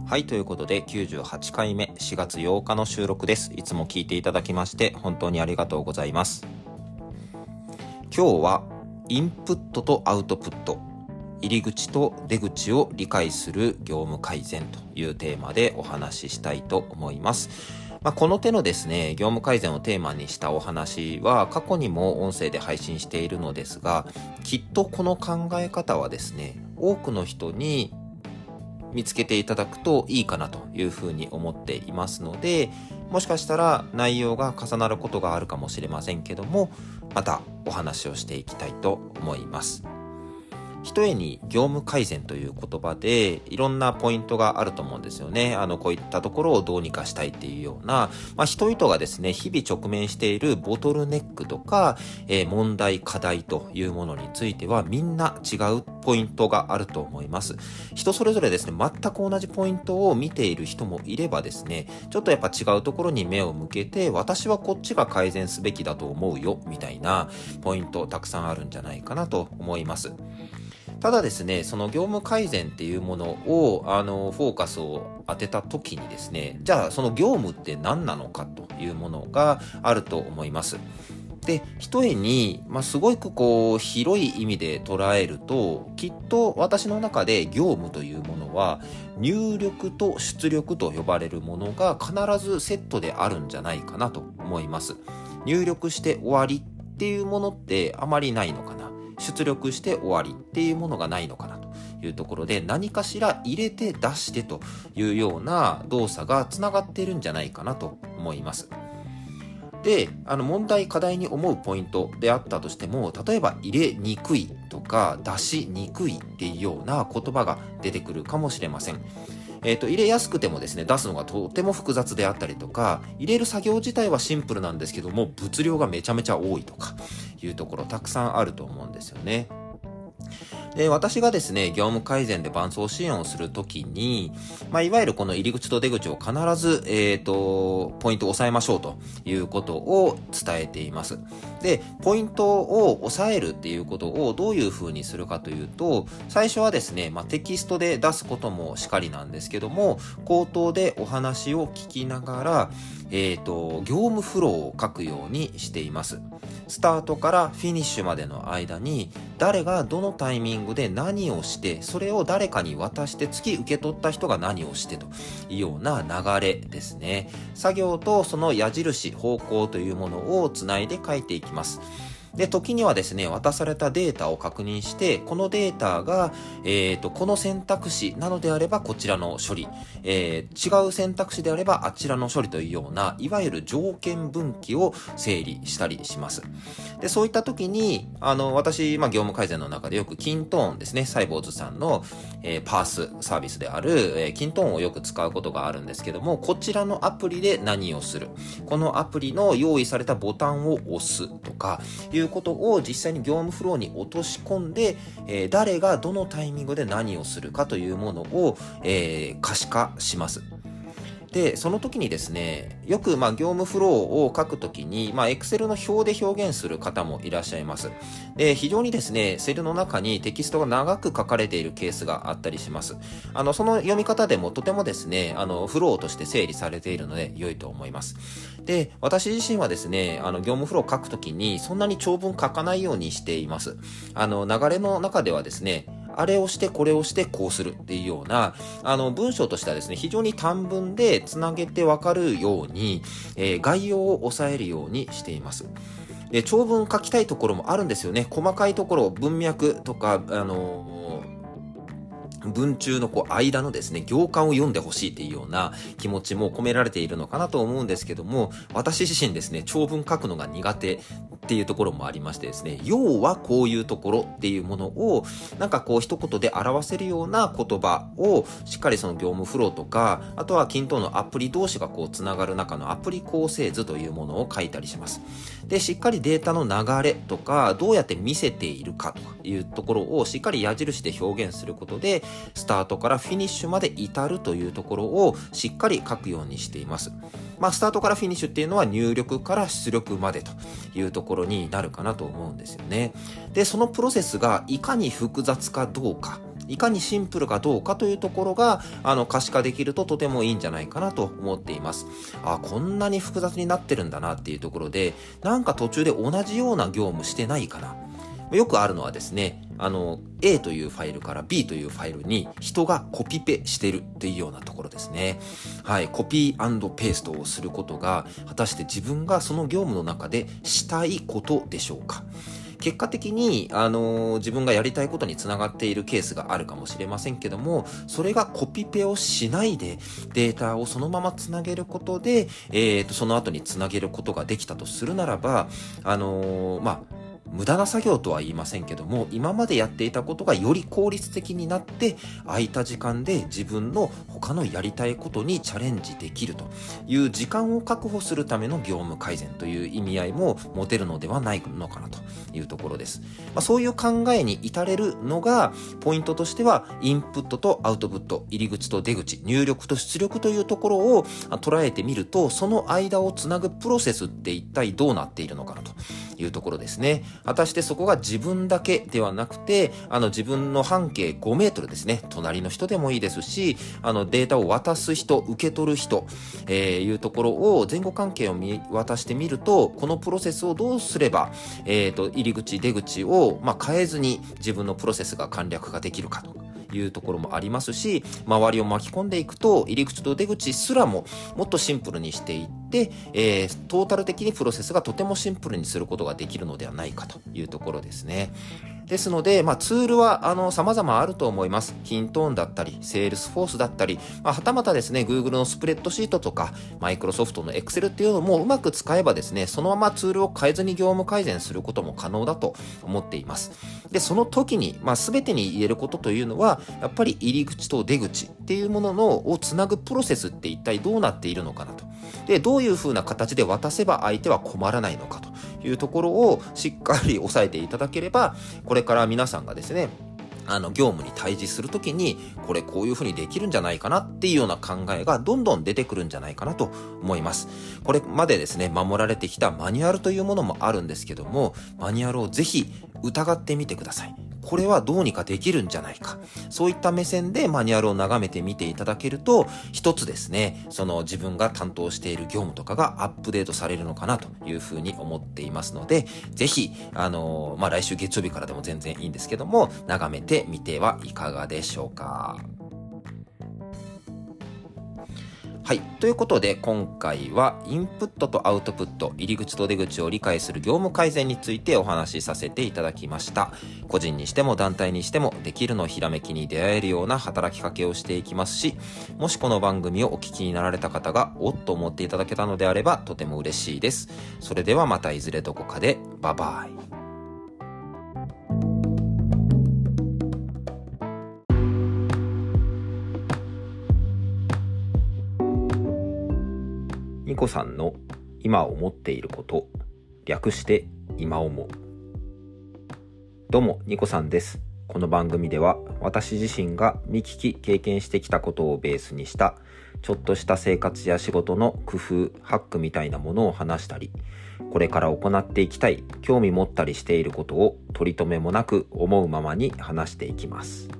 はい、ということで98回目4月8日の収録です。いつも聞いていただきまして本当にありがとうございます。今日はインプットとアウトプット、入り口と出口を理解する業務改善というテーマでお話ししたいと思います。この手のですね、業務改善をテーマにしたお話は過去にも音声で配信しているのですが、きっとこの考え方はですね、多くの人に見つけていただくといいかなというふうに思っていますので、もしかしたら内容が重なることがあるかもしれませんけども、またお話をしていきたいと思います。ひとえに業務改善という言葉でいろんなポイントがあると思うんですよね。こういったところをどうにかしたいっていうような、人々がですね、日々直面しているボトルネックとか、問題、課題というものについてはみんな違うポイントがあると思います。人それぞれですね、全く同じポイントを見ている人もいればですね、ちょっとやっぱ違うところに目を向けて、私はこっちが改善すべきだと思うよ、みたいなポイントたくさんあるんじゃないかなと思います。ただですね、その業務改善っていうものを、フォーカスを当てた時にですね、じゃあその業務って何なのかというものがあると思います。で、ひとえに、すごく広い意味で捉えると、きっと私の中で業務というものは、入力と出力と呼ばれるものが必ずセットであるんじゃないかなと思います。入力して終わりっていうものってあまりないのかな。出力して終わりっていうものがないのかなというところで、何かしら入れて出してというような動作がつながっているんじゃないかなと思います。で、問題課題に思うポイントであったとしても、例えば入れにくいとか出しにくいっていうような言葉が出てくるかもしれません。入れやすくてもですね、出すのがとても複雑であったりとか、入れる作業自体はシンプルなんですけども、物量がめちゃめちゃ多いとかいうところたくさんあると思うんですよね。で、私がですね、業務改善で伴走支援をするときに、いわゆるこの入り口と出口を必ず、ポイントを押さえましょうということを伝えています。で、ポイントを押さえるっていうことをどういう風にするかというと、最初はですね、テキストで出すこともしかりなんですけども、口頭でお話を聞きながら、業務フローを書くようにしています。スタートからフィニッシュまでの間に、誰がどのタイミングで何をして、それを誰かに渡して次受け取った人が何をしてというような流れですね。作業とその矢印、方向というものをつないで書いていきます。で、時にはですね、渡されたデータを確認して、このデータが、この選択肢なのであればこちらの処理、違う選択肢であればあちらの処理というような、いわゆる条件分岐を整理したりします。で、そういった時に、私、業務改善の中でよくキントーンですね、サイボーズさんの、パースサービスである、キントーンをよく使うことがあるんですけども、こちらのアプリで何をする、このアプリの用意されたボタンを押すとか、いうことを実際に業務フローに落とし込んで、誰がどのタイミングで何をするかというものを、可視化します。で、その時にですね、よく業務フローを書くときに、Excel の表で表現する方もいらっしゃいます。で、非常にですね、セルの中にテキストが長く書かれているケースがあったりします。その読み方でもとてもですね、フローとして整理されているので良いと思います。で、私自身はですね、業務フロー書くときにそんなに長文書かないようにしています。流れの中ではですね、あれをしてこれをしてこうするっていうような文章としてはですね、非常に短文でつなげてわかるように、概要を抑えるようにしています。で、長文書きたいところもあるんですよね。細かいところ、文脈とか文中の間のですね、行間を読んでほしいっていうような気持ちも込められているのかなと思うんですけども、私自身ですね、長文書くのが苦手っていうところもありましてですね、要はこういうところっていうものを一言で表せるような言葉をしっかりその業務フローとか、あとは均等のアプリ同士がつながる中のアプリ構成図というものを書いたりします。で、しっかりデータの流れとか、どうやって見せているかというところをしっかり矢印で表現することで、スタートからフィニッシュまで至るというところをしっかり書くようにしています。スタートからフィニッシュっていうのは入力から出力までというところになるかなと思うんですよね。で、そのプロセスがいかに複雑かどうか、 いかにシンプルかどうかというところが可視化できるととてもいいんじゃないかなと思っています。こんなに複雑になってるんだなっていうところで、なんか途中で同じような業務してないかな。よくあるのはですね、A というファイルから B というファイルに人がコピペしてるっていうようなところですね。はい、コピー&ペーストをすることが果たして自分がその業務の中でしたいことでしょうか。結果的に、自分がやりたいことにつながっているケースがあるかもしれませんけども、それがコピペをしないでデータをそのままつなげることで、その後につなげることができたとするならば、無駄な作業とは言いませんけども、今までやっていたことがより効率的になって、空いた時間で自分の他のやりたいことにチャレンジできるという時間を確保するための業務改善という意味合いも持てるのではないのかなというところです。そういう考えに至れるのが、ポイントとしては、インプットとアウトプット、入り口と出口、入力と出力というところを捉えてみると、その間をつなぐプロセスって一体どうなっているのかなというところですね。果たしてそこが自分だけではなくて、自分の半径5メートルですね、隣の人でもいいですし、データを渡す人、受け取る人、いうところを前後関係を見渡してみると、このプロセスをどうすれば、入り口、出口を、変えずに自分のプロセスが簡略化できるかというところもありますし、周りを巻き込んでいくと、入り口と出口すらももっとシンプルにしていって、トータル的にプロセスがとてもシンプルにすることができるのではないかというところですね。ですので、ツールは様々あると思います。キントーンだったり、セールスフォースだったり、はたまたですね、Google のスプレッドシートとか、Microsoft の Excel っていうのもうまく使えばですね、そのままツールを変えずに業務改善することも可能だと思っています。で、その時に、全てに言えることというのは、やっぱり入り口と出口っていうものをつなぐプロセスって一体どうなっているのかなと。で、どういう風な形で渡せば相手は困らないのかというところをしっかり押さえていただければ、これから皆さんがですね、業務に対峙するときに、こういう風にできるんじゃないかなっていうような考えがどんどん出てくるんじゃないかなと思います。これまでですね、守られてきたマニュアルというものもあるんですけども、マニュアルをぜひ疑ってみてください。これはどうにかできるんじゃないか。そういった目線でマニュアルを眺めてみていただけると、一つですね、自分が担当している業務とかがアップデートされるのかなというふうに思っていますので、ぜひ、来週月曜日からでも全然いいんですけども、眺めてみてはいかがでしょうか。はい。ということで、今回はインプットとアウトプット、入り口と出口を理解する業務改善についてお話しさせていただきました。個人にしても団体にしても、できるのひらめきに出会えるような働きかけをしていきますし、もしこの番組をお聞きになられた方が、おっと思っていただけたのであれば、とても嬉しいです。それではまたいずれどこかで、バイバイ。ニコさんの今思っていること、略して今思う。どうもニコさんです。この番組では私自身が見聞き経験してきたことをベースにしたちょっとした生活や仕事の工夫、ハックみたいなものを話したり、これから行っていきたい、興味持ったりしていることを取り留めもなく思うままに話していきます。